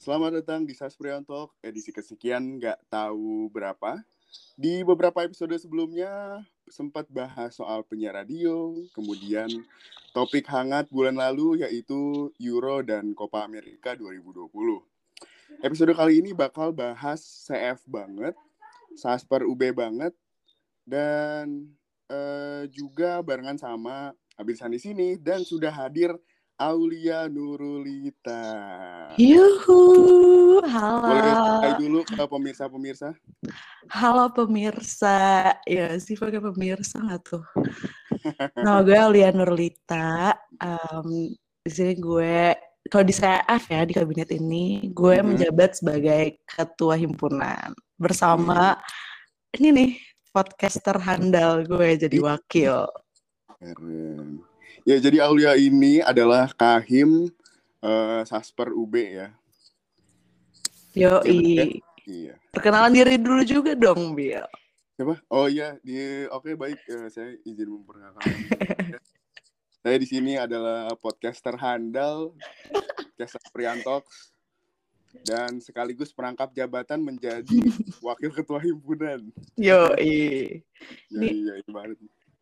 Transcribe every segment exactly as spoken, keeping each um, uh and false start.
Selamat datang di Sasprion Talk, edisi kesekian nggak tahu berapa. Di beberapa episode sebelumnya sempat bahas soal penyiar radio, kemudian topik hangat bulan lalu yaitu Euro dan Copa America dua ribu dua puluh. Episode kali ini bakal bahas C F banget, Sasper U B banget, dan uh, juga barengan sama Abilsan di sini dan sudah hadir Aulia Nurulita. Yuhu, halo. Boleh hai dulu ke pemirsa-pemirsa. Halo pemirsa, ya sih pakai pemirsa nggak tuh? Nama gue Aulia Nurulita. Um, di sini gue, kalau di C F ya di kabinet ini, gue mm-hmm. menjabat sebagai ketua himpunan bersama mm. ini nih podcaster handal gue jadi wakil. Keren. Ya, jadi Aulia ini adalah Kahim uh, Sasper U B ya. Yoi. Iya. Perkenalan diri dulu juga dong, Bil. Siapa? Oh iya, di oke okay, baik, uh, saya izin memperkenalkan. Saya di sini adalah podcaster handal, podcaster Priantok, dan sekaligus perangkap jabatan menjadi wakil ketua himpunan. Yoi. Ya, iya, ibarat.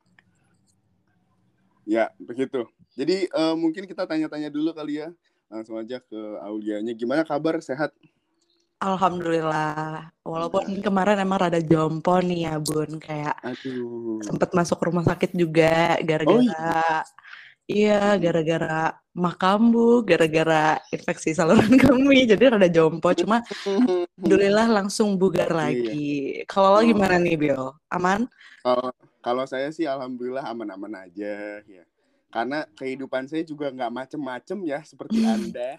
Ya, begitu. Jadi uh, mungkin kita tanya-tanya dulu kali ya. Langsung aja ke Aulianya. Gimana kabar? Sehat? Alhamdulillah. Walaupun nah. kemarin emang rada jompo nih ya, Bun. Kayak Aduh. sempet masuk rumah sakit juga gara-gara oh, iya. iya, gara-gara mah kambuh, gara-gara infeksi saluran kemih. Jadi rada jompo. Cuma alhamdulillah langsung bugar lagi. Iya. Kalau lo gimana nih, Bil? Aman? Kalau kalau saya sih alhamdulillah aman-aman aja ya. Karena kehidupan saya juga nggak macem-macem ya seperti Anda.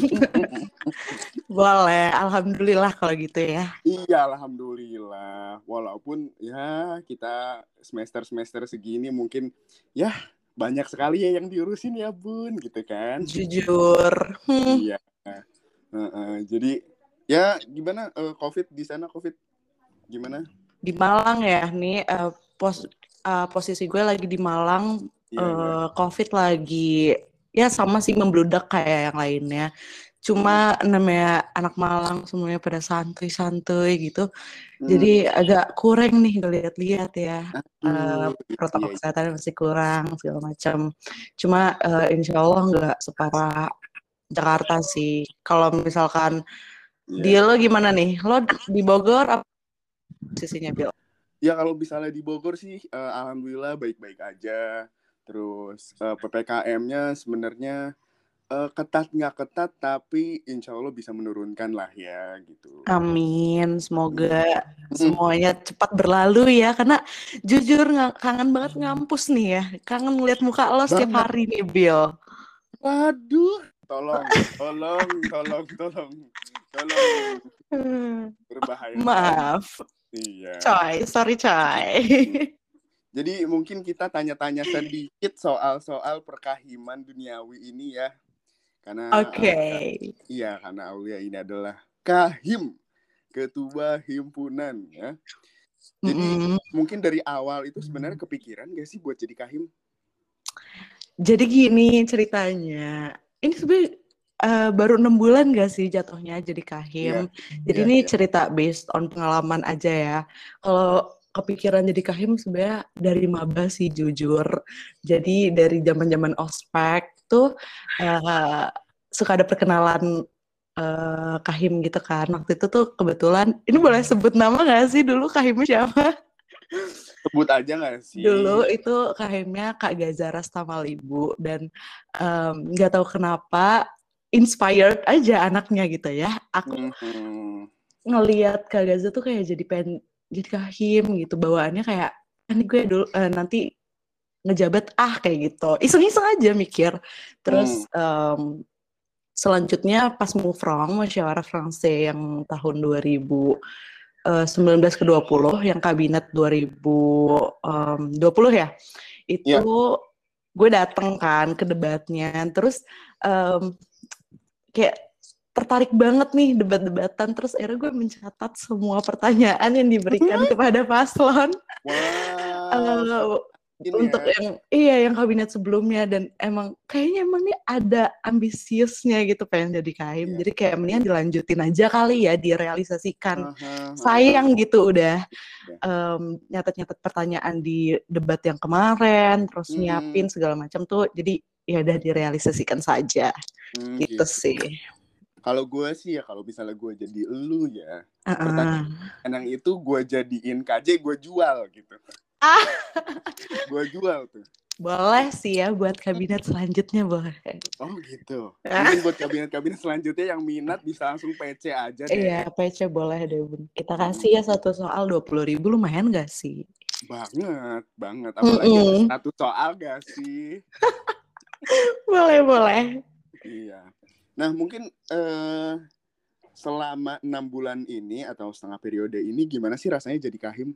Boleh, alhamdulillah kalau gitu ya. Iya, alhamdulillah. Walaupun ya kita semester-semester segini mungkin ya banyak sekali ya yang diurusin ya Bun, gitu kan. Jujur. Hmm. Iya. Uh, uh, jadi ya gimana uh, COVID di sana COVID gimana? Di Malang ya, nih uh, pos uh, posisi gue lagi di Malang, yeah, uh, yeah. COVID lagi ya sama sih membludak kayak yang lainnya. Cuma hmm. namanya anak Malang semuanya pada santuy-santuy gitu, hmm. jadi agak kurang nih lihat-lihat ya, uh, protokol yeah. kesehatan masih kurang segala macam. Cuma uh, insya Allah nggak separah Jakarta sih. Kalau misalkan yeah. dia lo gimana nih? Lo di Bogor apa posisinya, Bil? Ya kalau misalnya di Bogor sih uh, alhamdulillah baik-baik aja. Terus uh, P P K M-nya sebenarnya uh, ketat nggak ketat tapi insya Allah bisa menurunkan lah ya gitu. Amin, semoga hmm. semuanya cepat berlalu ya. Karena jujur nggak kangen banget ngampus nih ya. Kangen ngeliat muka lo setiap hari nih, Bil. Waduh, tolong, tolong, tolong, tolong, tolong. Berbahaya. Maaf. Iya. Coy, sorry coy. Jadi mungkin kita tanya-tanya sedikit soal-soal perkahiman duniawi ini ya. Karena Oke. Okay. Uh, iya, karena Aulia ini adalah kahim, ketua himpunan ya. Jadi mm-hmm. mungkin dari awal itu sebenarnya kepikiran gak sih buat jadi kahim? Jadi gini ceritanya. Ini sebenarnya Uh, baru enam bulan gak sih jatuhnya jadi kahim. Yeah. Jadi yeah, ini yeah. cerita based on pengalaman aja ya. Kalau kepikiran jadi kahim sebenarnya dari maba sih jujur. Jadi dari zaman-zaman ospek tuh uh, suka ada perkenalan uh, kahim gitu kan. Waktu itu tuh kebetulan, ini boleh sebut nama gak sih dulu kahimnya siapa? Sebut aja gak sih? Dulu itu kahimnya Kak Gaza Rastamalibu. Dan um, gak tahu kenapa inspired aja anaknya gitu ya. Aku mm-hmm. ngelihat Kak Gaza tuh kayak jadi pengen jadi kahim gitu. Bawaannya kayak, ini gue dulu uh, nanti ngejabat ah kayak gitu. Iseng-iseng aja mikir. Terus mm. um, selanjutnya pas move from Musyawarah Francais yang tahun dua ribu sembilan belas ke dua puluh, yang kabinet dua ribu dua puluh ya. Itu yeah. gue dateng kan ke debatnya. Terus um, kayak tertarik banget nih debat-debatan, terus akhirnya gue mencatat semua pertanyaan yang diberikan kepada paslon. Wow. uh, untuk ya. yang iya yang kabinet sebelumnya dan emang kayaknya emang nih ada ambisiusnya gitu pengen jadi Kahim. Ya. Jadi kayak mendingan dilanjutin aja kali ya direalisasikan. Uh-huh, uh-huh. Sayang gitu udah Ya. um, nyatet-nyatet pertanyaan di debat yang kemarin, terus Hmm. nyiapin segala macam tuh. Jadi ya udah direalisasikan saja. Hmm, gitu, gitu sih. Kalau gue sih ya kalau misalnya gue jadi elu ya, uh-uh. pertanyaan yang itu gue jadiin K J, gue jual gitu. Ah. Gue jual tuh. Boleh sih ya buat kabinet selanjutnya boleh. Oh gitu. Mungkin buat kabinet-kabinet selanjutnya yang minat bisa langsung P C aja deh. Iya, P C boleh deh Bun. Kita kasih ya satu soal dua puluh ribu lumayan gak sih? Banget, banget. Apalagi ada satu soal gak sih? Boleh, boleh. Iya. Nah mungkin eh, selama enam bulan ini atau setengah periode ini gimana sih rasanya jadi Kahim?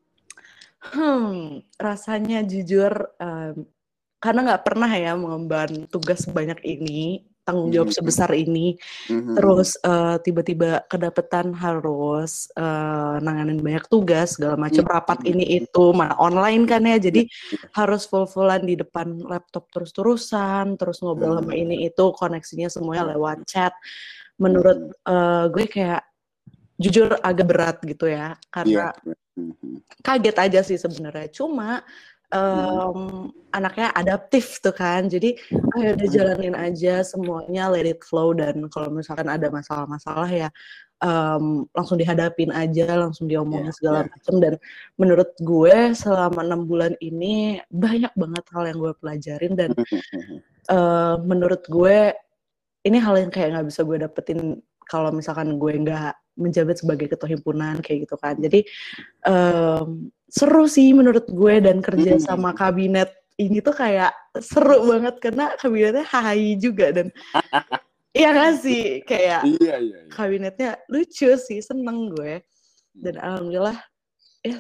Hmm, rasanya jujur um, karena nggak pernah ya mengemban tugas sebanyak ini, tanggung jawab mm-hmm. sebesar ini, mm-hmm. terus uh, tiba-tiba kedapetan harus uh, nanganin banyak tugas, segala macam mm-hmm. rapat ini itu, mana online kan ya, jadi yeah. harus full-fullan di depan laptop terus-terusan, terus ngobrol mm-hmm. sama ini itu, koneksinya semuanya lewat chat. Menurut uh, gue kayak jujur agak berat gitu ya, karena yeah. kaget aja sih sebenarnya. Cuma um, hmm. anaknya adaptif tuh kan, jadi ayo udah jalanin aja semuanya, let it flow, dan kalau misalkan ada masalah-masalah ya um, langsung dihadapin aja, langsung diomongin yeah, segala yeah. macam. Dan menurut gue selama enam bulan ini banyak banget hal yang gue pelajarin, dan uh, menurut gue ini hal yang kayak nggak bisa gue dapetin kalau misalkan gue nggak menjabat sebagai ketua himpunan kayak gitu kan. Jadi um, seru sih menurut gue, dan kerja sama kabinet ini tuh kayak seru banget karena kabinetnya hai juga, dan iya gak sih kayak iya, iya, iya. kabinetnya lucu sih, seneng gue, dan alhamdulillah ya.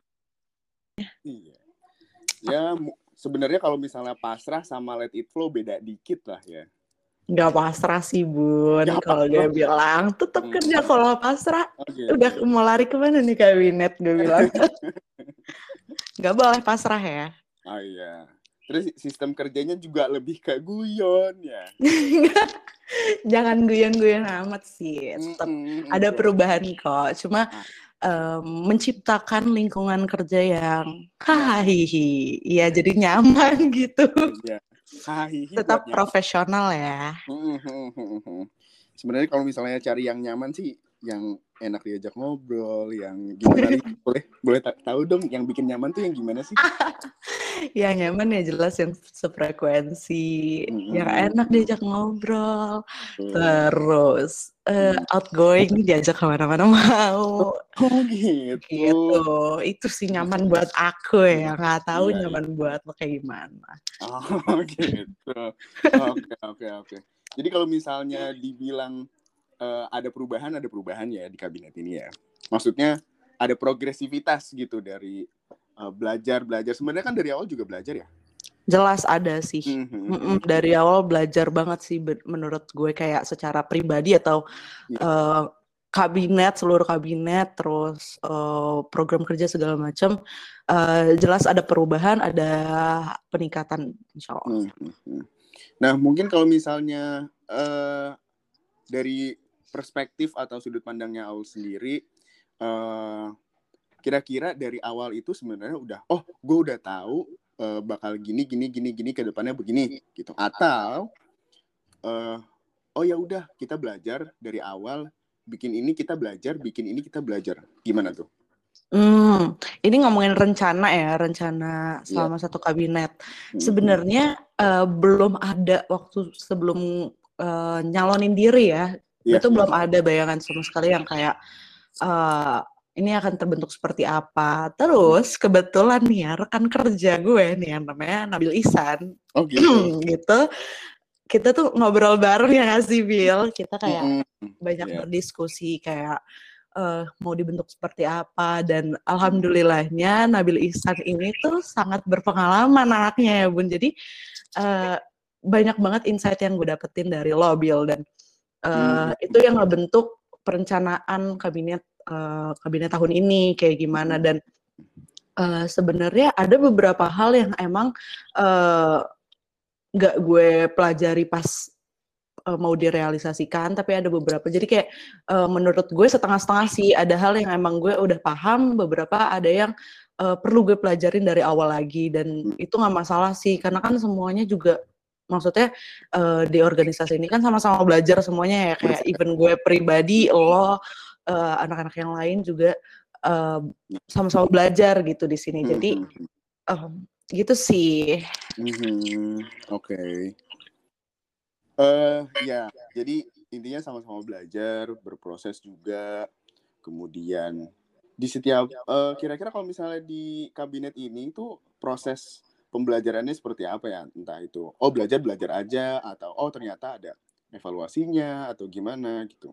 Iya. Ya sebenarnya kalau misalnya pasrah sama let it flow beda dikit lah ya. Nggak pasrah sih Bun, kalau gue bilang tetap hmm. kerja. Kalau pasrah okay, udah okay. mau lari kemana nih kabinet, gue bilang. Nggak boleh pasrah ya. Oh iya. Terus sistem kerjanya juga lebih kayak guyon ya. Jangan guyon-guyon amat sih, tetap mm-hmm, ada okay. perubahan kok, cuma um, menciptakan lingkungan kerja yang hahihi, ya jadi nyaman gitu. Ya. Hahihi tetap profesional ya. Sebenarnya kalau misalnya cari yang nyaman sih, yang enak diajak ngobrol, yang gimana nih? Boleh boleh tahu dong yang bikin nyaman tuh yang gimana sih? Yang nyaman ya jelas yang sefrekuensi, mm-hmm. yang enak diajak ngobrol, mm. terus uh, mm. outgoing diajak kemana-mana mau. Oh gitu. Gitu. Itu sih nyaman buat aku ya, nggak tahu yeah, nyaman yeah. buat lo kayak gimana. Oh gitu. Oke oke oke. Jadi kalau misalnya dibilang uh, ada perubahan, ada perubahan ya di kabinet ini ya. Maksudnya ada progresivitas gitu dari uh, belajar belajar. Sebenarnya kan dari awal juga belajar ya. Jelas ada sih. Mm-hmm. Dari awal belajar banget sih menurut gue, kayak secara pribadi atau yeah. uh, kabinet, seluruh kabinet, terus uh, program kerja segala macam. Uh, jelas ada perubahan, ada peningkatan insya Allah. Mm-hmm. Nah mungkin kalau misalnya uh, dari perspektif atau sudut pandangnya Aul sendiri, uh, kira-kira dari awal itu sebenarnya udah, oh gue udah tahu uh, bakal gini gini gini gini ke depannya begini gitu, atau uh, oh ya udah kita belajar dari awal, bikin ini kita belajar, bikin ini kita belajar, gimana tuh? Hmm, ini ngomongin rencana ya, rencana selama yeah. satu kabinet. Sebenarnya uh, belum ada waktu sebelum uh, nyalonin diri ya. Yeah. Itu belum ada bayangan sama sekali yang kayak uh, ini akan terbentuk seperti apa. Terus kebetulan nih ya rekan kerja gue nih yang namanya Nabil Ihsan. Oh gitu. gitu. Kita tuh ngobrol bareng ya nggak sih Bill? Kita kayak mm-hmm. banyak yeah. berdiskusi kayak uh, mau dibentuk seperti apa, dan alhamdulillahnya Nabil Ihsan ini tuh sangat berpengalaman anaknya ya Bun. Jadi uh, banyak banget insight yang gue dapetin dari lo Bill, dan Uh, hmm. itu yang ngebentuk perencanaan kabinet uh, kabinet tahun ini kayak gimana. Dan uh, sebenarnya ada beberapa hal yang emang nggak uh, gue pelajari pas uh, mau direalisasikan, tapi ada beberapa. Jadi kayak uh, menurut gue setengah-setengah sih. Ada hal yang emang gue udah paham, beberapa ada yang uh, perlu gue pelajarin dari awal lagi, dan itu nggak masalah sih, karena kan semuanya juga maksudnya uh, di organisasi ini kan sama-sama belajar semuanya ya, kayak even gue pribadi, lo, uh, anak-anak yang lain juga uh, sama-sama belajar gitu di sini. Jadi um, gitu sih. Mm-hmm. Oke. Okay. Uh, ya, jadi intinya sama-sama belajar, berproses juga. Kemudian di setiap uh, kira-kira kalau misalnya di kabinet ini tuh proses pembelajarannya seperti apa ya? Entah itu oh belajar belajar aja atau oh ternyata ada evaluasinya atau gimana gitu.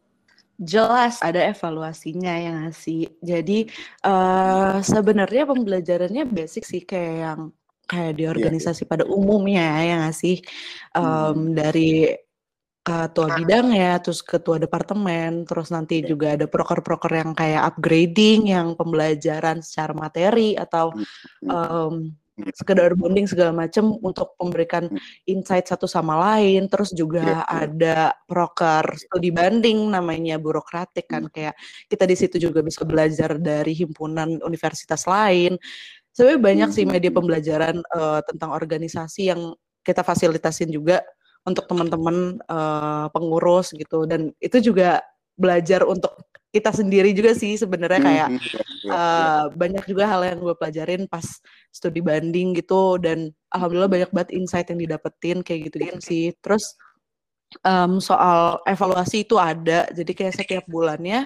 Jelas ada evaluasinya ya nggak sih. Jadi uh, sebenarnya pembelajarannya basic sih, kayak yang kayak di organisasi yeah, yeah. pada umumnya ya nggak sih. Um, hmm. Dari ketua bidang ya, terus ketua departemen, terus nanti yeah. juga ada proker-proker yang kayak upgrading, yang pembelajaran secara materi atau um, sekedar bonding segala macam untuk memberikan insight satu sama lain. Terus juga ada proker studi banding namanya burokratik kan, kayak kita di situ juga bisa belajar dari himpunan universitas lain. Sebenarnya banyak sih media pembelajaran uh, tentang organisasi yang kita fasilitasin juga untuk teman-teman uh, pengurus gitu, dan itu juga belajar untuk kita sendiri juga sih sebenarnya, kayak uh, banyak juga hal yang gue pelajarin pas studi banding gitu, dan alhamdulillah banyak banget insight yang didapetin kayak gitu-gitu sih. Terus um, soal evaluasi itu ada, jadi kayak setiap bulannya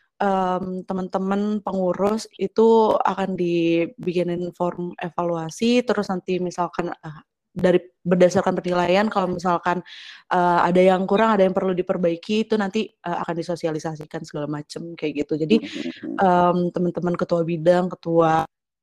um, teman-teman pengurus itu akan dibikinin form evaluasi, terus nanti misalkan uh, dari berdasarkan penilaian kalau misalkan uh, ada yang kurang, ada yang perlu diperbaiki, itu nanti uh, akan disosialisasikan segala macam kayak gitu. Jadi um, teman-teman ketua bidang, ketua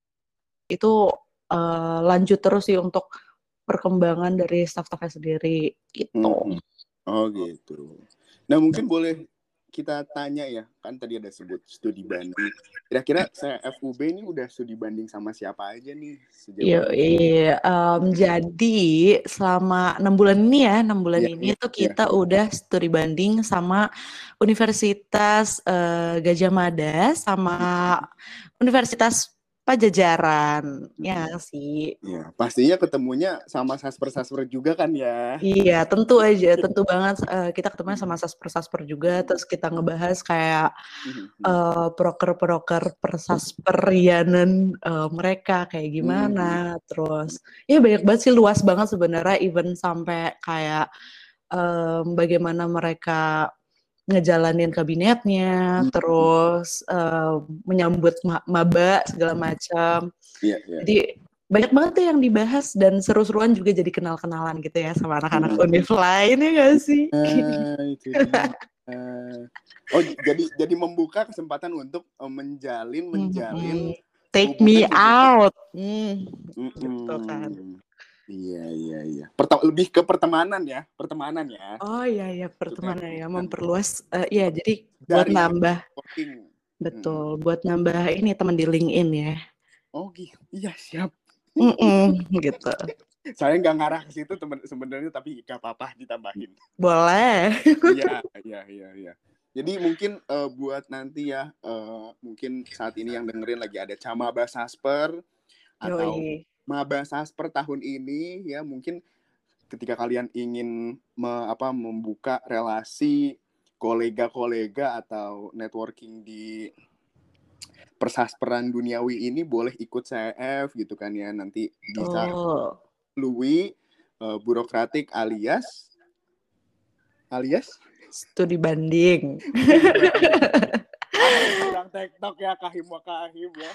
itu uh, lanjut terus sih untuk perkembangan dari staff-staffnya sendiri gitu. Oh gitu. Nah mungkin boleh kita tanya ya, kan tadi ada sebut studi banding. Kira-kira saya F U B ini udah studi banding sama siapa aja nih sejauh Iya, iya. Um, jadi selama enam bulan ini ya, enam bulan yeah, ini yeah, tuh kita yeah. udah studi banding sama Universitas uh, Gadjah Mada sama Universitas Pajajaran, ya sih. Iya, pastinya ketemunya sama sasper-sasper juga kan ya? Iya, tentu aja, tentu banget uh, kita ketemu sama sasper-sasper juga, terus kita ngebahas kayak uh, proker-proker persasperianan uh, mereka kayak gimana, terus ya banyak banget sih, luas banget sebenarnya, even sampai kayak um, bagaimana mereka ngejalanin kabinetnya, hmm. terus uh, menyambut maba segala macam. Yeah, yeah. Jadi banyak banget tuh yang dibahas, dan seru-seruan juga jadi kenal-kenalan gitu ya sama anak-anak hmm. univ lain, ya nggak sih? Uh, itu uh, oh jadi jadi membuka kesempatan untuk uh, menjalin menjalin. Hmm. Take me out. Hmm. Mm-mm. Gitu kan. Iya iya iya. Pertem- lebih ke pertemanan ya, pertemanan ya. Oh iya iya, pertemanan ya, memperluas. Uh, ya jadi buat dari nambah. Working. Betul, hmm. buat nambah ini teman di LinkedIn ya. Oh gitu, iya siap. Gitu. Saya nggak ngarah ke situ sebenarnya, tapi nggak apa-apa ditambahin. Boleh. Iya iya iya iya. Jadi mungkin uh, buat nanti ya, uh, mungkin saat ini yang dengerin lagi ada Camaba Sasper atau Yoi. Maba Sasper tahun ini ya, mungkin ketika kalian ingin me, apa, membuka relasi kolega-kolega atau networking di persasperan duniawi ini, boleh ikut C F gitu kan ya, nanti bisa oh. Louis uh, burokratik alias alias studi banding. Kurang TikTok ya, kahim wa kahim ya.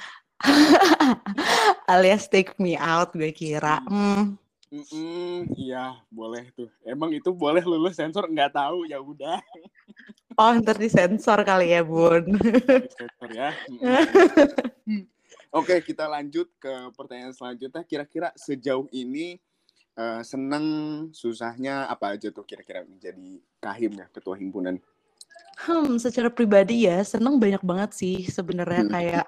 Alias take me out gue kira. Hmm. Mm-mm, iya boleh tuh. Emang itu boleh lulus sensor, nggak tahu, ya udah. Oh ntar disensor kali ya Bun. Disensor ya. Oke, kita lanjut ke pertanyaan selanjutnya. Kira-kira sejauh ini uh, senang susahnya apa aja tuh kira-kira menjadi kahim ya, ketua himpunan? Hmm, secara pribadi ya seneng banyak banget sih sebenarnya kayak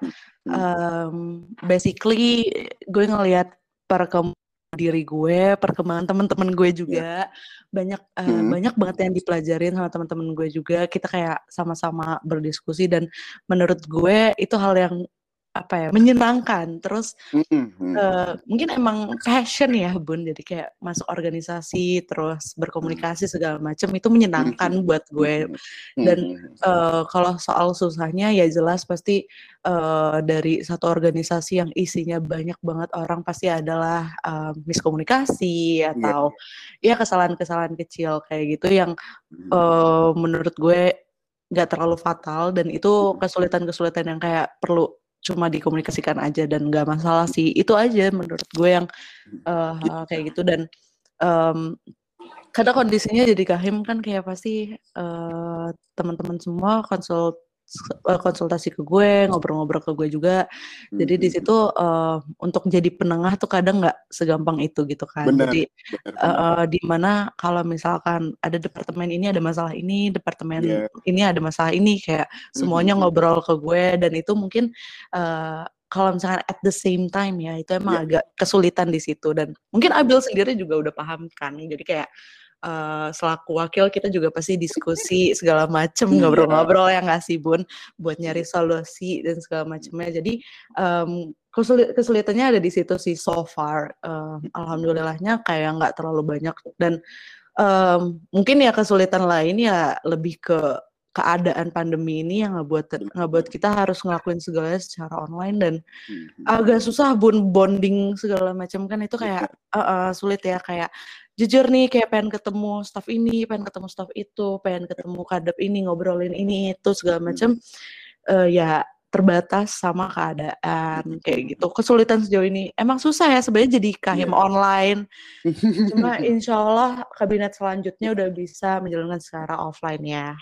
um, basically gue ngelihat perkembangan diri gue, perkembangan teman-teman gue Ya. juga banyak uh, Hmm. banyak banget yang dipelajarin sama teman-teman gue juga. Kita kayak sama-sama berdiskusi dan menurut gue itu hal yang apa ya menyenangkan. Terus Hmm. Uh, mungkin emang passion ya Bun, jadi kayak masuk organisasi terus berkomunikasi segala macam itu menyenangkan buat gue. Dan uh, kalau soal susahnya ya jelas pasti uh, dari satu organisasi yang isinya banyak banget orang pasti adalah uh, miskomunikasi atau yeah. ya kesalahan-kesalahan kecil kayak gitu yang uh, menurut gue nggak terlalu fatal dan itu kesulitan-kesulitan yang kayak perlu cuma dikomunikasikan aja dan nggak masalah sih, itu aja menurut gue yang uh, kayak gitu. Dan um, karena kondisinya jadi kahim kan kayak pasti uh, teman-teman semua konsul konsultasi ke gue, ngobrol-ngobrol ke gue juga. Jadi di situ uh, untuk jadi penengah tuh kadang nggak segampang itu gitu kan. Bener, jadi bener, uh, uh, di mana kalau misalkan ada departemen ini ada masalah ini, departemen yeah. ini ada masalah ini, kayak semuanya ngobrol ke gue dan itu mungkin uh, kalau misalkan at the same time ya itu emang yeah. agak kesulitan di situ. Dan mungkin Abil sendiri juga udah paham kan. Jadi kayak Uh, selaku wakil kita juga pasti diskusi segala macem, ngobrol-ngobrol ya nggak sih Bun, buat nyari solusi dan segala macamnya. Jadi um, kesulit kesulitannya ada di situ sih so far. Uh, alhamdulillahnya kayak nggak terlalu banyak dan um, mungkin ya kesulitan lain ya lebih ke keadaan pandemi ini yang ngebuat ngebuat kita harus ngelakuin segalanya secara online dan hmm. agak susah Bun bonding segala macam kan itu kayak uh, uh, sulit ya. Kayak jujur nih kayak pengen ketemu staff ini, pengen ketemu staff itu, pengen ketemu kadep ini, ngobrolin ini itu segala macam uh, ya terbatas sama keadaan kayak gitu. Kesulitan sejauh ini emang susah ya sebenarnya jadi kahim yeah. online. Cuma insya Allah kabinet selanjutnya udah bisa menjalankan secara offline ya.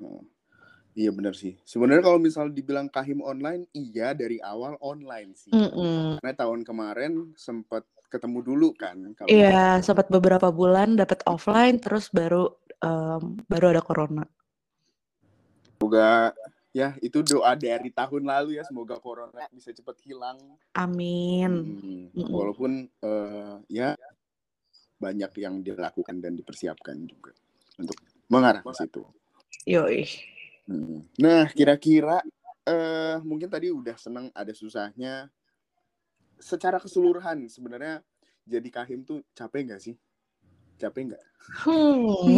Iya benar sih. Sebenarnya kalau misal dibilang kahim online, iya dari awal online sih. Mm-mm. Karena tahun kemarin sempat ketemu dulu kan. Iya, sempat beberapa bulan dapat offline, terus baru um, baru ada corona. Semoga ya itu doa dari tahun lalu ya, semoga corona bisa cepat hilang. Amin. Hmm, walaupun uh, ya banyak yang dilakukan dan dipersiapkan juga untuk mengarah ke situ. Yoi. Hmm. Nah, kira-kira uh, mungkin tadi udah seneng ada susahnya. Secara keseluruhan sebenarnya jadi kahim tuh capek nggak sih? Capek nggak? Hmm.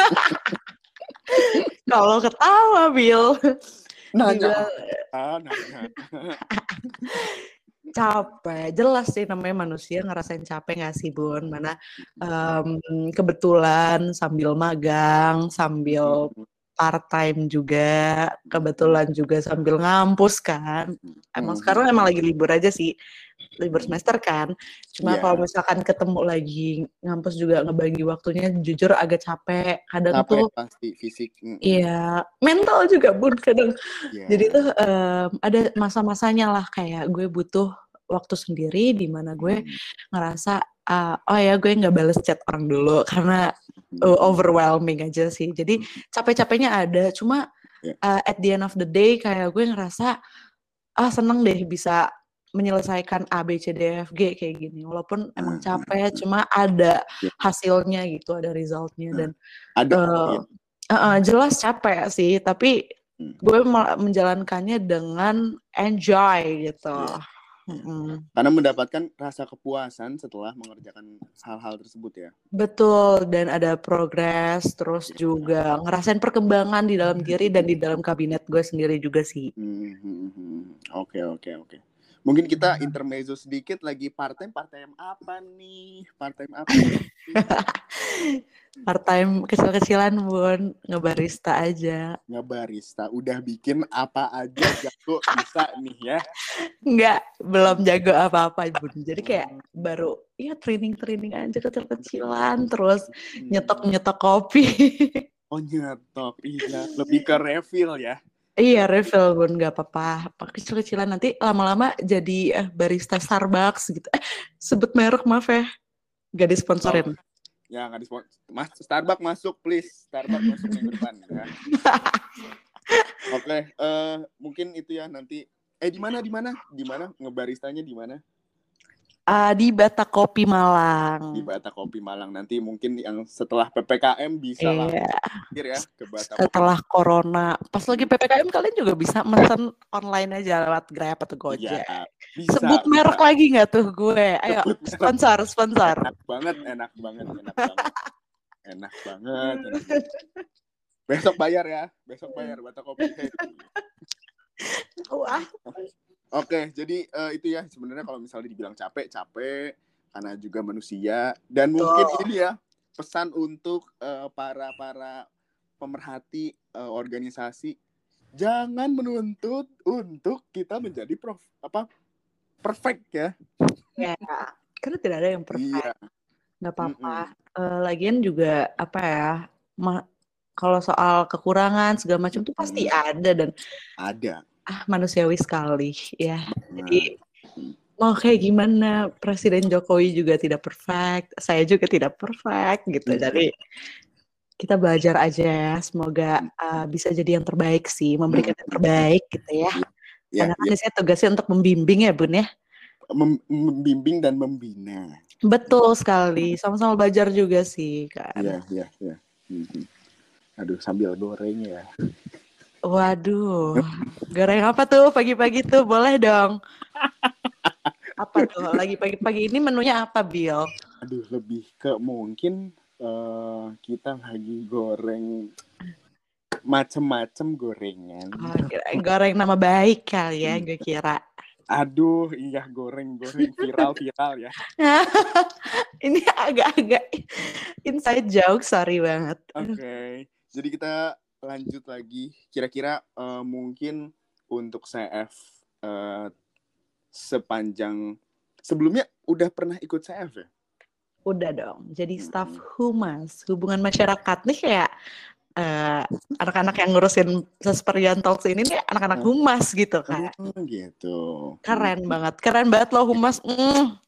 Kalau ketawa, Bill. Nanya. Ah, nanya. Capek, jelas sih namanya manusia ngerasain capek nggak sih Bun? Mana um, kebetulan sambil magang, sambil part time juga, kebetulan juga sambil ngampus kan. Emang sekarang emang lagi libur aja sih, libur semester kan. Cuma yeah. kalau misalkan ketemu lagi ngampus juga ngebagi waktunya, jujur agak capek. Kadang capek, tuh pasti fisik. Iya, mm-hmm. mental juga Bun kadang. Yeah. Jadi tuh um, ada masa-masanya lah kayak gue butuh waktu sendiri di mana gue hmm. ngerasa uh, oh ya gue nggak bales chat orang dulu karena uh, overwhelming aja sih. Jadi capek-capeknya ada, cuma uh, at the end of the day kayak gue ngerasa ah seneng deh bisa menyelesaikan A B C D F G kayak gini. Walaupun emang capek, cuma ada hasilnya gitu, ada resultnya dan ada uh, ya. uh, uh, jelas capek sih, tapi gue menjalankannya dengan enjoy gitu. Yeah. Mm-hmm. Karena mendapatkan rasa kepuasan setelah mengerjakan hal-hal tersebut ya. Betul, dan ada progres, terus yeah. juga ngerasain perkembangan di dalam diri dan di dalam kabinet gue sendiri juga sih. Mm-hmm. Oke, oke, oke. Mungkin kita intermezzo sedikit lagi, part-time, part-time apa nih? Part-time apa nih? Part-time kecil-kecilan Bun, ngebarista aja. Ngebarista, udah bikin apa aja jago bisa nih ya? Enggak, belum jago apa-apa Bun. Jadi kayak baru ya training-training aja kecil-kecilan, terus nyetok-nyetok kopi. Oh nyetok, iya. Lebih ke refill ya? Iya refill Bun, nggak apa-apa. Kecil-kecilan nanti lama-lama jadi eh, barista Starbucks gitu. Eh sebut merek maaf ya, nggak disponsorin. Oh, Ya nggak dispon. Mas Starbucks masuk please. Starbucks masuk minggu depan ya. Oke, okay, uh, mungkin itu ya nanti. Eh di mana di mana di mana ngebaristanya di mana? Uh, di Bata Kopi Malang. Di Bata Kopi Malang. Nanti mungkin yang setelah P P K M bisa yeah. langsung ya ke Bata setelah Kopi. Corona. Pas lagi P P K M kalian juga bisa mesen online aja lewat Grab atau Gojek. Iya, bisa. Sebut merek bisa. lagi nggak tuh gue? Ayo sponsor, sponsor. Enak banget, enak banget, enak banget. Enak banget, enak banget. Besok bayar ya, besok bayar Bata Kopi. Hey. Wah. Oke, jadi uh, itu ya sebenarnya kalau misalnya dibilang capek, capek karena juga manusia dan mungkin oh. ini ya pesan untuk uh, para para pemerhati uh, organisasi, jangan menuntut untuk kita menjadi prof apa perfect ya. Ya, karena tidak ada yang perfect. Iya. Nggak apa-apa. Uh, lagian juga apa ya? Ma- kalau soal kekurangan segala macam tuh pasti ada dan ada. Ah, manusiawi sekali ya. Nah. Jadi mau kayak gimana, Presiden Jokowi juga tidak perfect, saya juga tidak perfect gitu. Iya. Jadi kita belajar aja ya. Semoga uh, bisa jadi yang terbaik sih, memberikan yang terbaik gitu ya. Ya, karena kan ya. Saya tugasnya untuk membimbing ya Bun ya. Mem- membimbing dan membina. Betul sekali, sama-sama belajar juga sih kan. Iya, iya, iya. Aduh, sambil goreng ya. Waduh, goreng apa tuh pagi-pagi tuh? Boleh dong. Apa tuh? Lagi pagi-pagi ini menunya apa, Bill? Aduh, lebih ke mungkin uh, kita lagi goreng macem-macem gorengan. Oh, goreng nama baik kali ya, gue kira. Aduh, iya goreng-goreng viral-viral ya. Ini agak-agak inside joke, sorry banget. Oke, okay. Jadi kita lanjut lagi. Kira-kira uh, mungkin untuk C F uh, sepanjang sebelumnya udah pernah ikut C F ya? Udah dong. Jadi staf humas, hubungan masyarakat nih kayak uh, anak-anak yang ngurusin Sesperian Talks ini nih anak-anak humas gitu kan. Oh, gitu. Keren hmm. banget. Keren banget loh humas. Mm.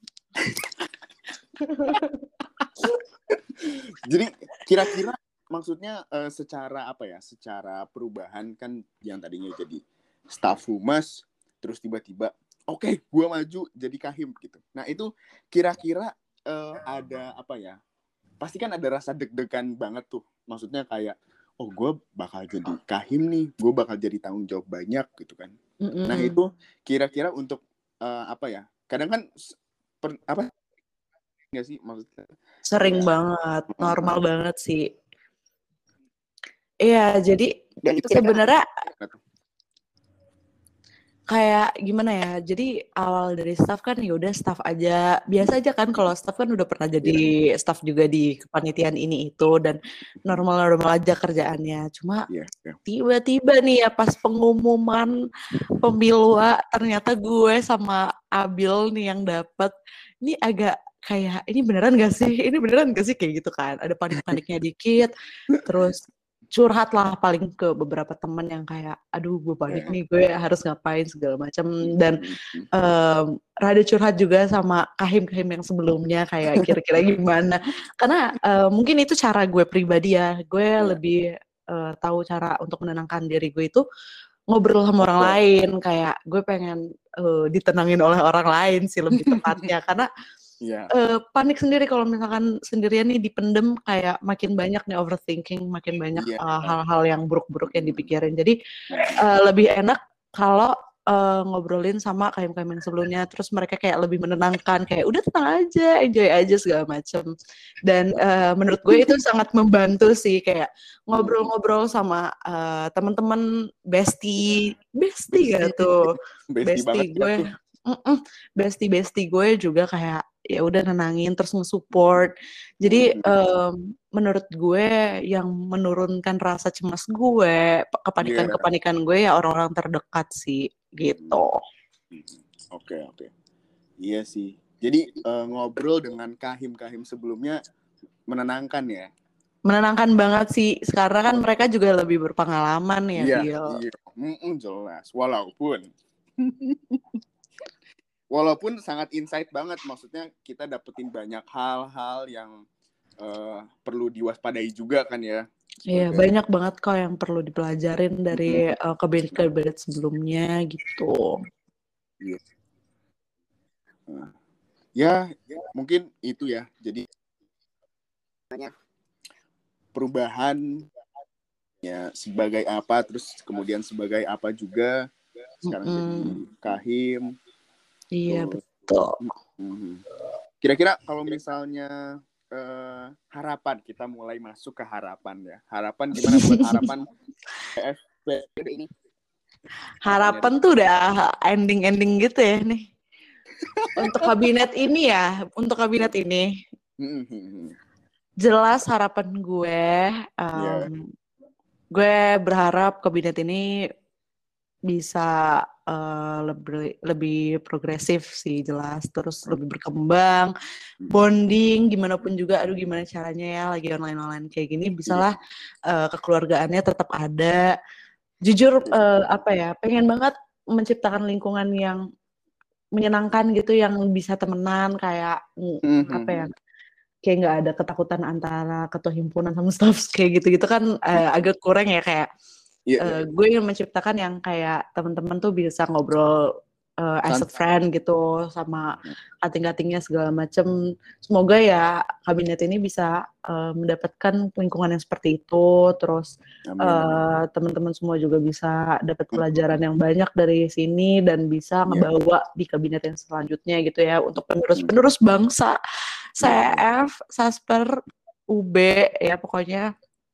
Jadi kira-kira maksudnya uh, secara apa ya? Secara perubahan kan yang tadinya jadi staf humas terus tiba-tiba oke, okay, gue maju jadi kahim gitu. Nah itu kira-kira uh, ada apa ya? Pasti kan ada rasa deg-degan banget tuh. Maksudnya kayak, oh gue bakal jadi kahim nih, gue bakal jadi tanggung jawab banyak gitu kan. Mm-hmm. Nah itu kira-kira untuk uh, apa ya? Kadang kan per, apa? Nggak sih maksudnya? Sering ya. banget, normal uh-huh. banget sih. Iya, jadi sebenarnya kayak gimana ya, jadi awal dari staff kan ya udah staff aja, biasa aja kan kalau staff kan udah pernah jadi yeah. staff juga di kepanitiaan ini itu dan normal-normal aja kerjaannya, cuma yeah, yeah. tiba-tiba nih ya pas pengumuman pemilu ternyata gue sama Abil nih yang dapet, ini agak kayak ini beneran gak sih, ini beneran gak sih kayak gitu kan, ada panik-paniknya dikit, terus curhat lah paling ke beberapa teman yang kayak aduh gue panik nih gue harus ngapain segala macam dan um, rada curhat juga sama kahim-kahim yang sebelumnya kayak kira-kira gimana karena uh, mungkin itu cara gue pribadi ya gue yeah. lebih uh, tahu cara untuk menenangkan diri gue itu ngobrol sama orang lain kayak gue pengen uh, ditenangin oleh orang lain sih lebih tepatnya karena Yeah. Uh, panik sendiri kalau misalkan sendirian nih dipendem kayak makin banyak nih overthinking, makin banyak yeah. uh, hal-hal yang buruk-buruk yang dipikirin. Jadi uh, lebih enak kalau uh, ngobrolin sama kahim-kahim yang sebelumnya, terus mereka kayak lebih menenangkan, kayak udah tenang aja, enjoy aja segala macem. Dan uh, menurut gue itu sangat membantu sih kayak ngobrol-ngobrol sama uh, teman-teman bestie, bestie gak tuh, bestie, bestie gue. Mm-mm. Bestie-bestie gue juga kayak ya udah nenangin terus nge-support. Jadi um, menurut gue yang menurunkan rasa cemas gue, kepanikan-kepanikan gue ya orang-orang terdekat sih gitu. Oke, okay, oke. Okay. Iya sih. Jadi uh, ngobrol dengan kahim-kahim sebelumnya menenangkan ya. Menenangkan banget sih. Sekarang kan mereka juga lebih berpengalaman ya, iya, Bill. Iya, mm-mm, jelas. Walaupun Walaupun sangat insight banget, maksudnya kita dapetin banyak hal-hal yang uh, perlu diwaspadai juga kan ya. Iya, banyak banget kok yang perlu dipelajarin dari mm-hmm. uh, kabinet-kabinet sebelumnya gitu. Iya. Nah, ya, ya, mungkin itu ya. Jadi perubahan ya sebagai apa, terus kemudian sebagai apa juga. Sekarang mm-hmm. jadi Kahim. Iya, tuh. Betul. Mm-hmm. Kira-kira kalau misalnya Uh, harapan, kita mulai masuk ke harapan ya. Harapan gimana buat harapan P F P ini? Harapan tuh udah ending-ending gitu ya nih. Untuk kabinet ini ya, untuk kabinet ini. Jelas harapan gue, um, yeah. gue berharap kabinet ini bisa uh, lebih lebih progresif sih, jelas, terus lebih berkembang, bonding gimana pun juga, aduh gimana caranya ya lagi online-online kayak gini bisalah uh, kekeluargaannya tetap ada. Jujur uh, apa ya, pengen banget menciptakan lingkungan yang menyenangkan gitu, yang bisa temenan kayak mm-hmm. apa ya, kayak nggak ada ketakutan antara ketua himpunan sama staff kayak gitu-gitu kan uh, agak kurang ya kayak. Yeah, yeah. Uh, gue ingin menciptakan yang kayak teman-teman tuh bisa ngobrol uh, as a friend gitu sama kating-katingnya segala macem. Semoga ya kabinet ini bisa uh, mendapatkan lingkungan yang seperti itu. Terus uh, teman-teman semua juga bisa dapat pelajaran yang banyak dari sini dan bisa ngebawa yeah. di kabinet yang selanjutnya gitu ya untuk penerus-penerus bangsa. C F, Sasper, U B ya pokoknya.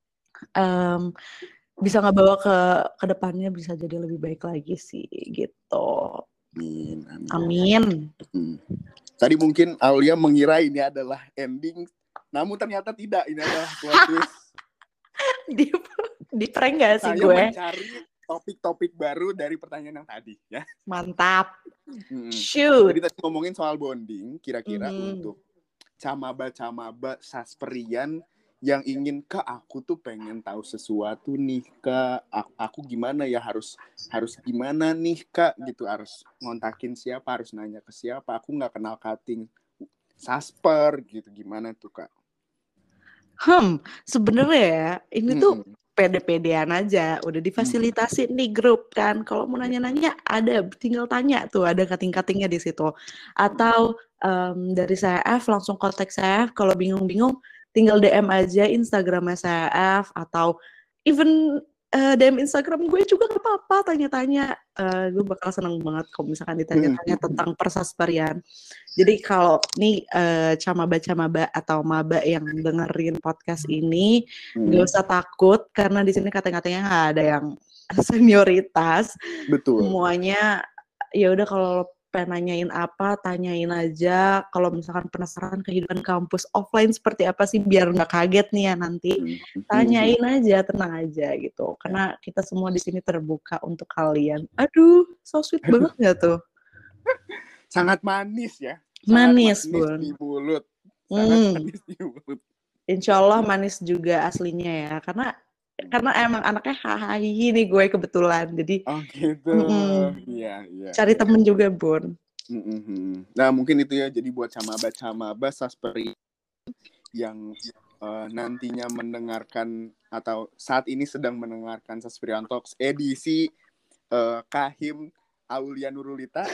Um, bisa ngebawa ke ke depannya bisa jadi lebih baik lagi sih gitu. Amin. Amin. Amin. Hmm. Tadi mungkin Aulia mengira ini adalah ending, namun ternyata tidak. Ini adalah plot twist. di di prank gak sih Saya gue? Saya mencari topik-topik baru dari pertanyaan yang tadi ya. Mantap. Hmm. Shoot. Jadi tadi ngomongin soal bonding, kira-kira mm-hmm. untuk camaba-camaba Sasperian yang ingin, Kak, aku tuh pengen tahu sesuatu nih, Kak. Aku, aku gimana ya, harus harus gimana nih, Kak, gitu. Harus ngontakin siapa, harus nanya ke siapa. Aku nggak kenal cutting Sasper gitu. Gimana tuh, Kak? Hmm, sebenarnya ya, ini hmm. tuh pede-pedean aja. Udah difasilitasi hmm. nih grup kan. Kalau mau nanya-nanya ada, tinggal tanya tuh, ada cutting-cuttingnya di situ. Atau um, dari C F langsung kontak C F. Kalau bingung-bingung tinggal D M aja Instagramnya C F atau even uh, D M Instagram gue juga gak apa-apa, tanya-tanya. Uh, gue bakal seneng banget kalau misalkan ditanya-tanya tentang persasperian. Jadi kalau nih uh, camaba-camaba atau maba yang dengerin podcast ini, hmm. gak usah takut karena di sini kata-katanya gak ada yang senioritas. Betul. Semuanya ya udah kalau pengen nanyain apa, tanyain aja. Kalau misalkan penasaran kehidupan kampus offline seperti apa sih, biar nggak kaget nih ya nanti. Tanyain aja, tenang aja gitu. Karena kita semua di sini terbuka untuk kalian. Aduh, so sweet Aduh. banget nggak tuh? Sangat manis ya. Manis, Sangat manis Bun. di mulut. Sangat hmm. manis di mulut. Insya Allah manis juga aslinya ya. Karena karena emang anaknya hahaha nih gue kebetulan, jadi oh gitu, iya iya. Cari temen juga, Bun. Mm-hmm. Nah mungkin itu ya, jadi buat camaba-camaba Sasperi yang uh, nantinya mendengarkan atau saat ini sedang mendengarkan Sasperian Talks edisi uh, Kahim Aulia Nurulita.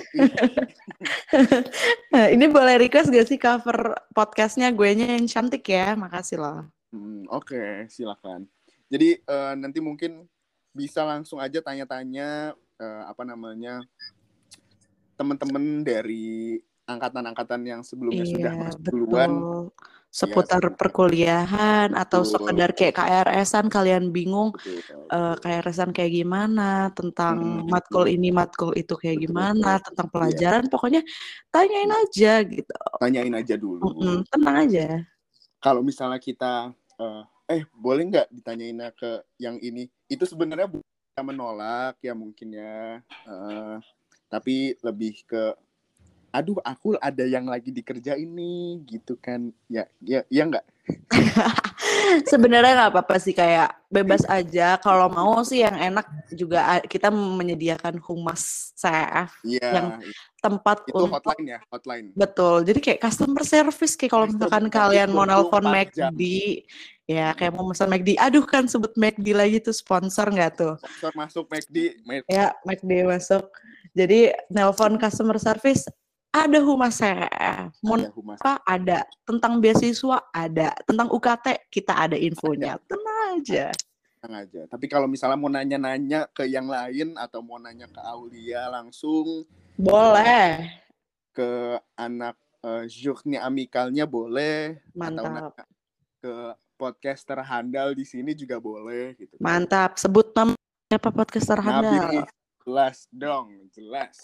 Nah, ini boleh request gak sih cover podcastnya gue nya yang cantik ya, makasih loh. Hmm, Oke, okay, silakan. Jadi uh, nanti mungkin bisa langsung aja tanya-tanya uh, apa namanya teman-teman dari angkatan-angkatan yang sebelumnya iya, sudah masuk duluan seputar ya, perkuliahan atau betul. Sekedar kayak K R S-an kalian bingung betul, betul. Uh, K R S-an kayak gimana tentang hmm, matkul ini matkul itu kayak betul, gimana betul. Tentang pelajaran yeah. Pokoknya tanyain aja gitu. Tanyain aja dulu. Mm-mm, tenang aja. Kalau misalnya kita uh, eh boleh nggak ditanyain ke yang ini, itu sebenarnya bukan menolak ya mungkin ya, uh, tapi lebih ke aduh aku ada yang lagi dikerjain nih gitu kan, ya ya ya nggak. Sebenarnya nggak apa-apa sih, kayak bebas aja. Kalau mau sih yang enak juga kita menyediakan humas C F Iya, yang tempat itu untuk hotline ya, hotline. betul. Jadi kayak customer service, kayak kalau misalkan kalian mau nelpon McD, ya kayak mau pesan McD. Aduh kan sebut McD lagi tuh, sponsor nggak tuh? Sponsor masuk McD. Ya, McD masuk. Jadi nelpon customer service, ada humas saya. Mau apa? Ada. Tentang beasiswa ada. Tentang U K T kita ada infonya. Ada. Tenang aja. Tenang aja. Tapi kalau misalnya mau nanya-nanya ke yang lain atau mau nanya ke Aulia langsung, boleh. Ke anak uh, Journey Amikalnya boleh. Mantap. Atau nanya ke podcaster handal di sini juga boleh gitu. Mantap. Sebut nama apa podcaster handal? Nabi, jelas dong, jelas.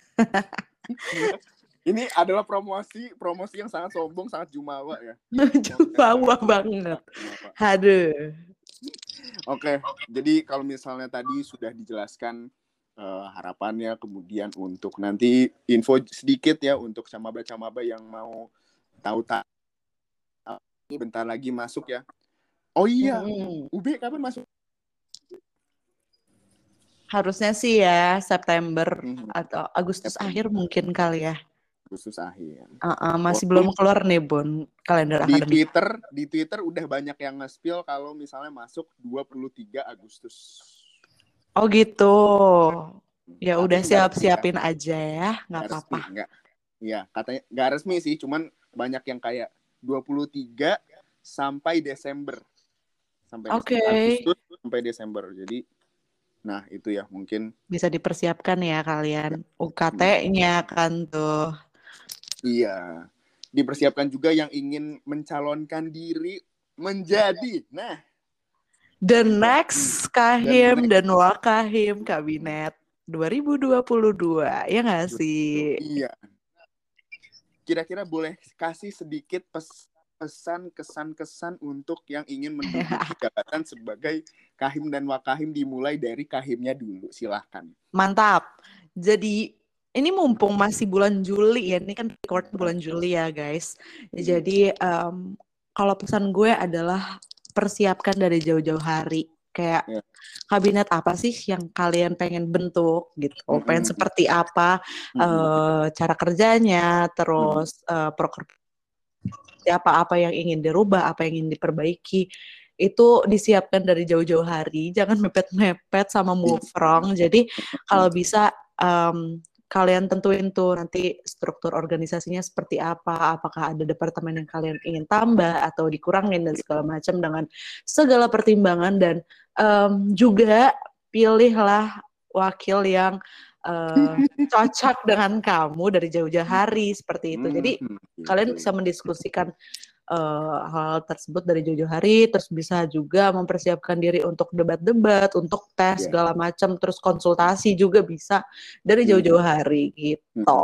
Ini adalah promosi promosi yang sangat sombong, sangat jumawa ya. Jumawa banget. Aduh. Oke, jadi kalau misalnya tadi sudah dijelaskan uh, harapannya, kemudian untuk nanti info sedikit ya untuk camaba-camaba yang mau tahu-tahu, bentar lagi masuk ya. Oh iya, hmm. U B kapan masuk? Harusnya sih ya September hmm. atau Agustus September. Akhir mungkin kali ya. Agustus akhir. Uh-uh, masih oh. belum keluar nih Bon kalender di akademik. Twitter, di Twitter udah banyak yang nge-spill kalau misalnya masuk dua puluh tiga Agustus. Oh gitu. Ya tapi udah siap-siapin ya. Aja ya, nggak apa-apa. Enggak. Iya, katanya nggak resmi sih, cuman banyak yang kayak dua puluh tiga sampai Desember. Sampai okay. Agustus sampai Desember. Jadi nah, itu ya mungkin bisa dipersiapkan ya kalian. U K T-nya kan tuh. Iya. Dipersiapkan juga yang ingin mencalonkan diri menjadi nah the next Kahim dan Wakahim Kabinet dua ribu dua puluh dua. Ya nggak sih? Iya. Kira-kira boleh kasih sedikit pes pesan kesan-kesan untuk yang ingin menduduki jabatan sebagai Kahim dan Wakahim, dimulai dari Kahimnya dulu, silahkan. Mantap. Jadi ini mumpung masih bulan Juli ya, ini kan record bulan Juli ya guys. Jadi um, kalau pesan gue adalah persiapkan dari jauh-jauh hari. Kayak yeah. kabinet apa sih yang kalian pengen bentuk gitu, mm-hmm. pengen seperti apa, mm-hmm. uh, cara kerjanya, terus mm-hmm. uh, proker apa-apa yang ingin dirubah, apa yang ingin diperbaiki, itu disiapkan dari jauh-jauh hari, jangan mepet-mepet sama move wrong. Jadi kalau bisa um, kalian tentuin tuh nanti struktur organisasinya seperti apa, apakah ada departemen yang kalian ingin tambah atau dikurangin dan segala macam dengan segala pertimbangan, dan um, juga pilihlah wakil yang uh, cocok dengan kamu dari jauh-jauh hari seperti itu. Jadi kalian bisa mendiskusikan uh, hal tersebut dari jauh-jauh hari, terus bisa juga mempersiapkan diri untuk debat-debat, untuk tes yeah. segala macam, terus konsultasi juga bisa dari jauh-jauh hari gitu.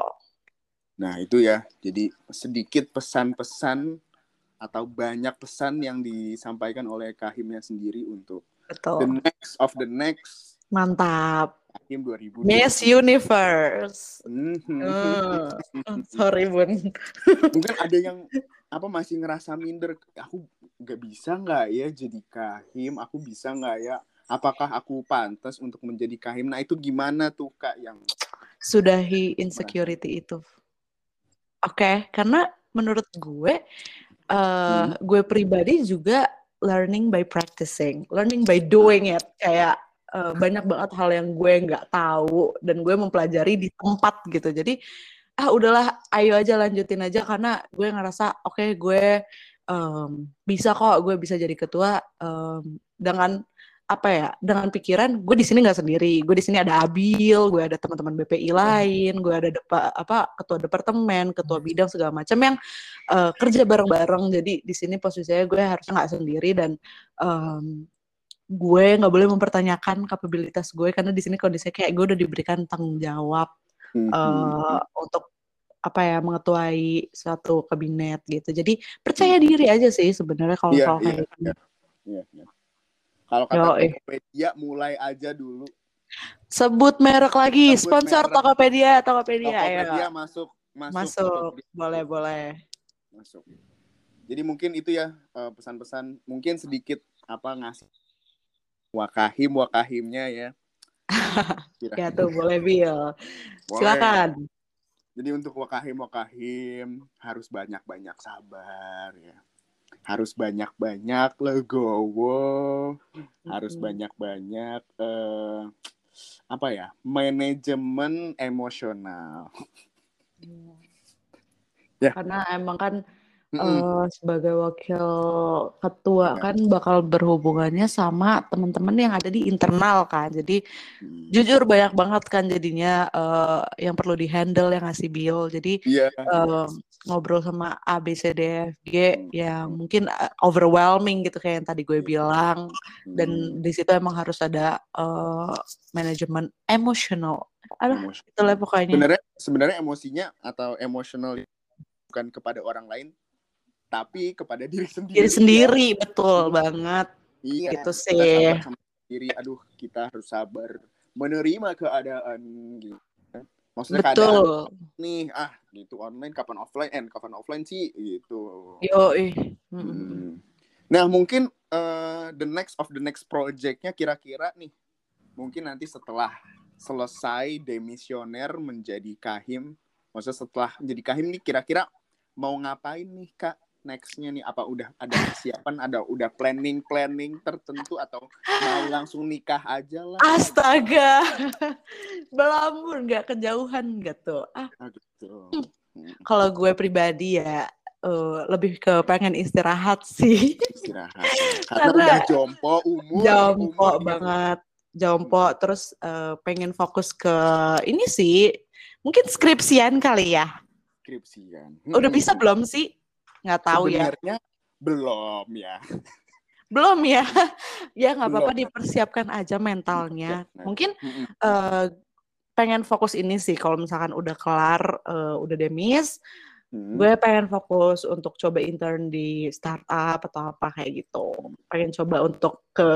Nah itu ya, jadi sedikit pesan-pesan atau banyak pesan yang disampaikan oleh Kahimnya sendiri untuk Betul. the next of the next. Mantap. Kahim dua ribu dua puluh. Miss Universe. Mm-hmm. uh, sorry Bun. Mungkin ada yang apa masih ngerasa minder, aku nggak bisa nggak ya jadi Kahim, aku bisa nggak ya, apakah aku pantas untuk menjadi Kahim? Nah itu gimana tuh Kak yang sudahi insecurity itu? Oke, okay, karena menurut gue, uh, hmm. gue pribadi juga learning by practicing, learning by doing it. Kayak uh, banyak banget hal yang gue nggak tahu dan gue mempelajari di tempat gitu. Jadi ah udahlah, ayo aja lanjutin aja, karena gue ngerasa oke okay, gue um, bisa kok, gue bisa jadi ketua um, dengan apa ya, dengan pikiran gue di sini nggak sendiri, gue di sini ada Abil, gue ada teman-teman B P I lain, gue ada depa, apa ketua departemen, ketua bidang segala macam yang uh, kerja bareng-bareng. Jadi di sini posisinya gue harusnya nggak sendiri, dan um, gue nggak boleh mempertanyakan kapabilitas gue karena di sini kondisinya kayak gue udah diberikan tanggung jawab uh, mm-hmm. untuk apa ya, mengetuai suatu kabinet gitu. Jadi percaya diri aja sih sebenarnya kalau yeah, soal yeah, kayak yeah, yeah, yeah. Kalau kata media mulai aja dulu. Sebut merek lagi, Sebut sponsor merek. Tokopedia, Tokopedia, Tokopedia ayo. masuk, masuk, Masuk, Tokopedia. boleh, boleh. Masuk. Jadi mungkin itu ya pesan-pesan, mungkin sedikit apa ngasih wakahim wakahimnya ya. Ya tuh boleh Bill. Boleh. Silakan. Jadi untuk wakahim wakahim harus banyak-banyak sabar ya. Harus banyak-banyak legowo. Harus banyak-banyak eh, apa ya? Manajemen emosional. Ya. Karena emang kan Mm-mm. Uh, sebagai wakil ketua ya. Kan bakal berhubungannya sama teman-teman yang ada di internal kan. Jadi hmm. jujur banyak banget kan jadinya uh, yang perlu di-handle yang ngasih Bill. Jadi yeah, uh, yes. ngobrol sama A, B, C, D, F, G hmm. yang mungkin overwhelming gitu kayak yang tadi gue yeah. bilang. Dan hmm. di situ emang harus ada uh, manajemen emosional. Aduh, itulah pokoknya. Sebenarnya sebenarnya emosinya atau emosional bukan kepada orang lain, tapi kepada diri sendiri. Diri sendiri, ya. Betul hmm. banget. Iya, gitu sih. Kita sabar sama diri. Aduh, kita harus sabar menerima keadaan gitu. Maksudnya betul. Keadaan nih, ah gitu online kapan offline, eh kapan offline sih gitu. Yo, eh. Hmm. Nah, mungkin uh, the next of the next project-nya kira-kira nih, mungkin nanti setelah selesai demisioner menjadi kahim, maksudnya setelah menjadi kahim nih kira-kira mau ngapain nih Kak? Next-nya nih apa udah ada persiapan, ada udah planning-planning tertentu atau mau langsung nikah aja lah? Astaga. Belambur nggak kejauhan gitu. Ah. ah gitu. Hmm. Kalau gue pribadi ya uh, lebih ke pengen istirahat sih. Istirahat. Karena, Karena udah jompo umur jompo umur banget. Jompo hmm. terus uh, pengen fokus ke ini sih. Mungkin skripsian kali ya. Skripsian. Udah bisa belum sih? Nggak tahu ya. Sebenarnya belum ya. Belum ya. Ya nggak apa-apa dipersiapkan aja mentalnya. Mungkin uh, pengen fokus ini sih. Kalau misalkan udah kelar, uh, udah demis, hmm. gue pengen fokus untuk coba intern di startup atau apa kayak gitu. Pengen coba untuk ke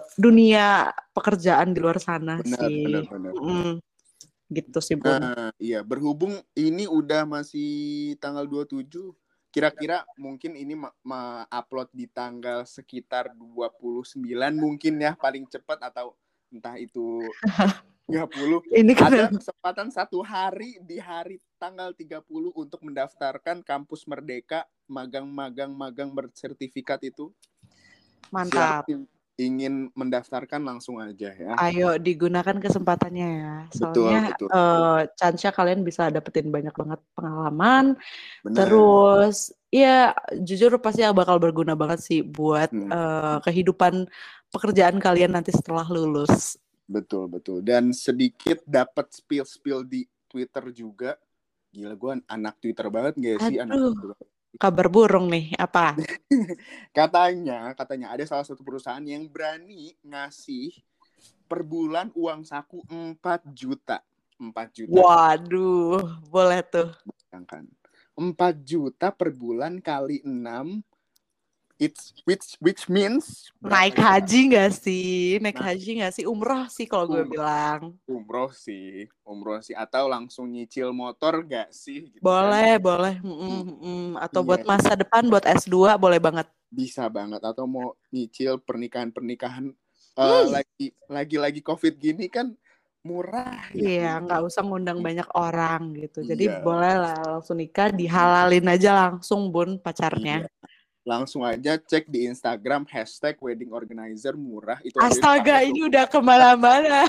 dunia pekerjaan di luar sana benar, sih. Benar, benar. Mm-mm. Gitu sih, Bun. Nah, iya, berhubung ini udah masih tanggal dua puluh tujuh, kira-kira mungkin ini ma-upload di tanggal sekitar dua puluh sembilan mungkin ya, paling cepat atau entah itu tiga puluh. Ini kan ada kesempatan satu hari di hari tanggal tiga puluh untuk mendaftarkan Kampus Merdeka, magang-magang-magang bersertifikat itu. Mantap. Silakan ingin mendaftarkan langsung aja ya. Ayo digunakan kesempatannya ya. Soalnya betul, betul. Uh, chance-nya kalian bisa dapetin banyak banget pengalaman. Bener. Terus ya jujur pasti bakal berguna banget sih buat hmm. uh, kehidupan pekerjaan kalian nanti setelah lulus. Betul, betul. Dan sedikit dapat spill-spill di Twitter juga. Gila, gue anak Twitter banget gak sih? Aduh. Anak Twitter. Kabar burung nih, apa? katanya, katanya ada salah satu perusahaan yang berani ngasih per bulan uang saku empat juta. empat juta. Waduh, boleh tuh. Bayangkan. empat juta per bulan kali enam, it's which which means naik haji nggak sih? Naik nah, haji nggak sih? Umroh sih kalau gue um, bilang. Umroh sih, umroh sih. Atau langsung nyicil motor nggak sih? Gitu boleh, kan? boleh. Mm, mm. Atau iya, buat masa iya. depan, buat S dua boleh banget. Bisa banget. Atau mau nyicil pernikahan-pernikahan hmm. uh, lagi lagi-lagi COVID gini kan murah. Iya, nggak ya. usah ngundang banyak orang gitu. Jadi iya. boleh lah langsung nikah, dihalalin aja langsung Bun pacarnya. Iya. Langsung aja cek di Instagram hashtag wedding organizer murah itu. Astaga, ini udah kemana-mana.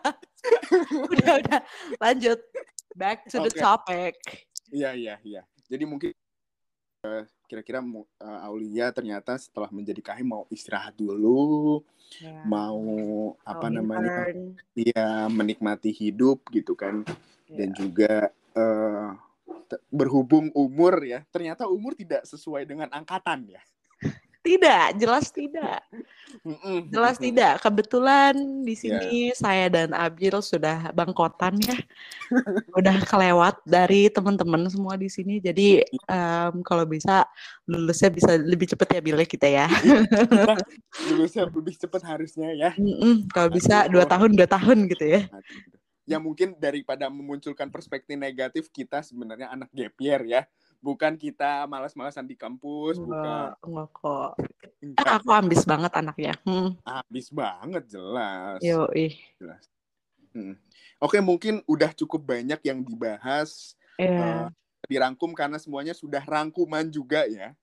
udah udah lanjut back to okay. the topic. Iya iya iya. Jadi mungkin uh, kira-kira uh, Aulia ternyata setelah menjadi kahim mau istirahat dulu, ya. mau apa oh, namanya? Iya menikmati hidup gitu kan, ya. Dan juga uh, berhubung umur ya, ternyata umur tidak sesuai dengan angkatan ya. Tidak, jelas tidak. Jelas tidak. Kebetulan di sini yeah. saya dan Abil sudah bangkotan ya. Udah kelewat dari teman-teman semua di sini. Jadi um, kalau bisa lulusnya bisa lebih cepat ya Bil kita ya. Lulusnya lebih cepat harusnya ya. Mm-mm, kalau bisa dua tahun dua tahun gitu ya. Ya mungkin daripada memunculkan perspektif negatif, kita sebenarnya anak gap year ya. Bukan kita malas-malasan di kampus, enggak, bukan. Enggak kok. Enggak. Aku ambis banget anaknya. Hmm. Ambis banget, jelas. Yoi. Jelas. Hmm. Oke, mungkin udah cukup banyak yang dibahas. Yeah. Uh, dirangkum karena semuanya sudah rangkuman juga ya.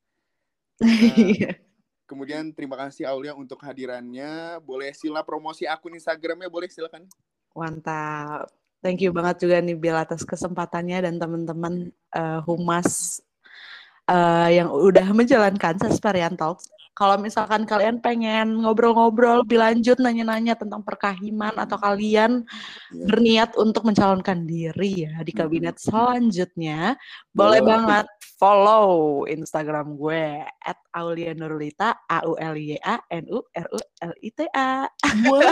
Uh, kemudian terima kasih Aulia untuk hadirannya. Boleh sila promosi akun Instagramnya, boleh silakan. Mantap. Thank you banget juga nih Bil atas kesempatannya dan teman-teman uh, Humas uh, yang udah menjalankan Sasparian Talks. Kalau misalkan kalian pengen ngobrol-ngobrol lebih lanjut, nanya-nanya tentang perkahiman atau kalian yeah. berniat untuk mencalonkan diri ya di kabinet selanjutnya, boleh, boleh banget follow Instagram gue at aulia nurlita, A U L Y A N U R U L I T A. Wow.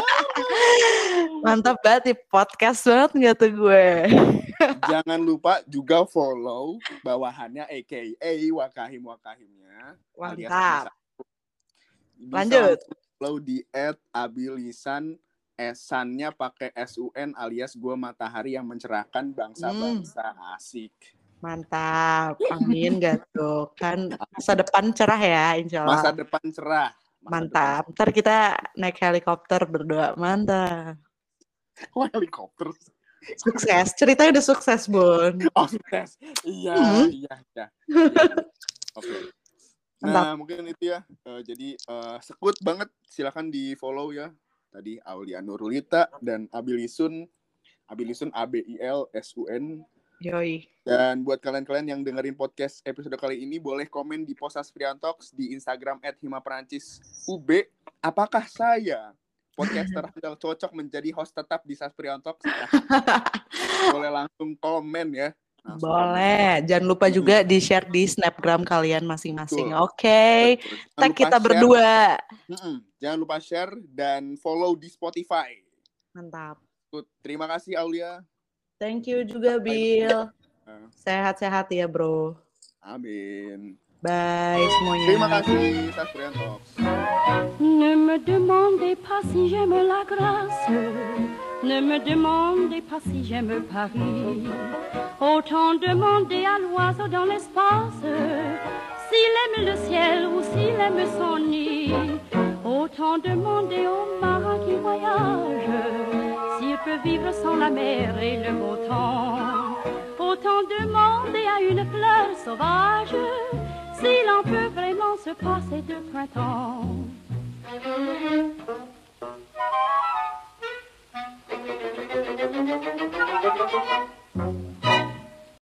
Mantap banget nih, podcast banget nggak tuh gue? Jangan lupa juga follow bawahannya A K A Wakahim-Wakahimnya. Mantap. Bisa lanjut follow di at abilisan, esannya pakai S U N alias gue matahari yang mencerahkan bangsa-bangsa. hmm. Asik. Mantap, amin gak tuh kan masa depan cerah ya insya Allah. Masa depan cerah. Masa mantap, depan. Ntar kita naik helikopter berdua, mantap. Oh, helikopter. Sukses, ceritanya udah sukses Bun. Oh sukses, iya hmm. iya iya. iya. Oke. Okay. Nah, mantap. Mungkin itu ya. Uh, jadi uh, sekut banget, silakan di follow ya. Tadi Aulia Nurlita dan Abilisun, Abilisun A B I L S U N. Yoi. Dan buat kalian-kalian yang dengerin podcast episode kali ini, boleh komen di post Sasparian Talks di Instagram at hima perancis U B. Apakah saya podcaster handal cocok menjadi host tetap di Sasparian Talks? Boleh langsung komen ya. Langsung boleh, komen. Jangan lupa juga di-share di Snapgram kalian masing-masing. Oke, okay. Tag kita share. Berdua. Mm-mm. Jangan lupa share dan follow di Spotify. Mantap. Terima kasih Aulia. Thank you juga Bill. Sehat-sehat ya bro. Amin. Bye semuanya. Terima kasih Sasparian Talks. Ne me demandez pas si j'aime la grâce. Ne me demandez pas si j'aime Paris. Autant demander à l'oiseau dans l'espace s'il aime le ciel ou s'il aime son nid. Autant demander au marin qui voyage s'il peut vivre sans la mer et le beau temps. Autant demander à une fleur sauvage s'il en peut vraiment se passer de printemps.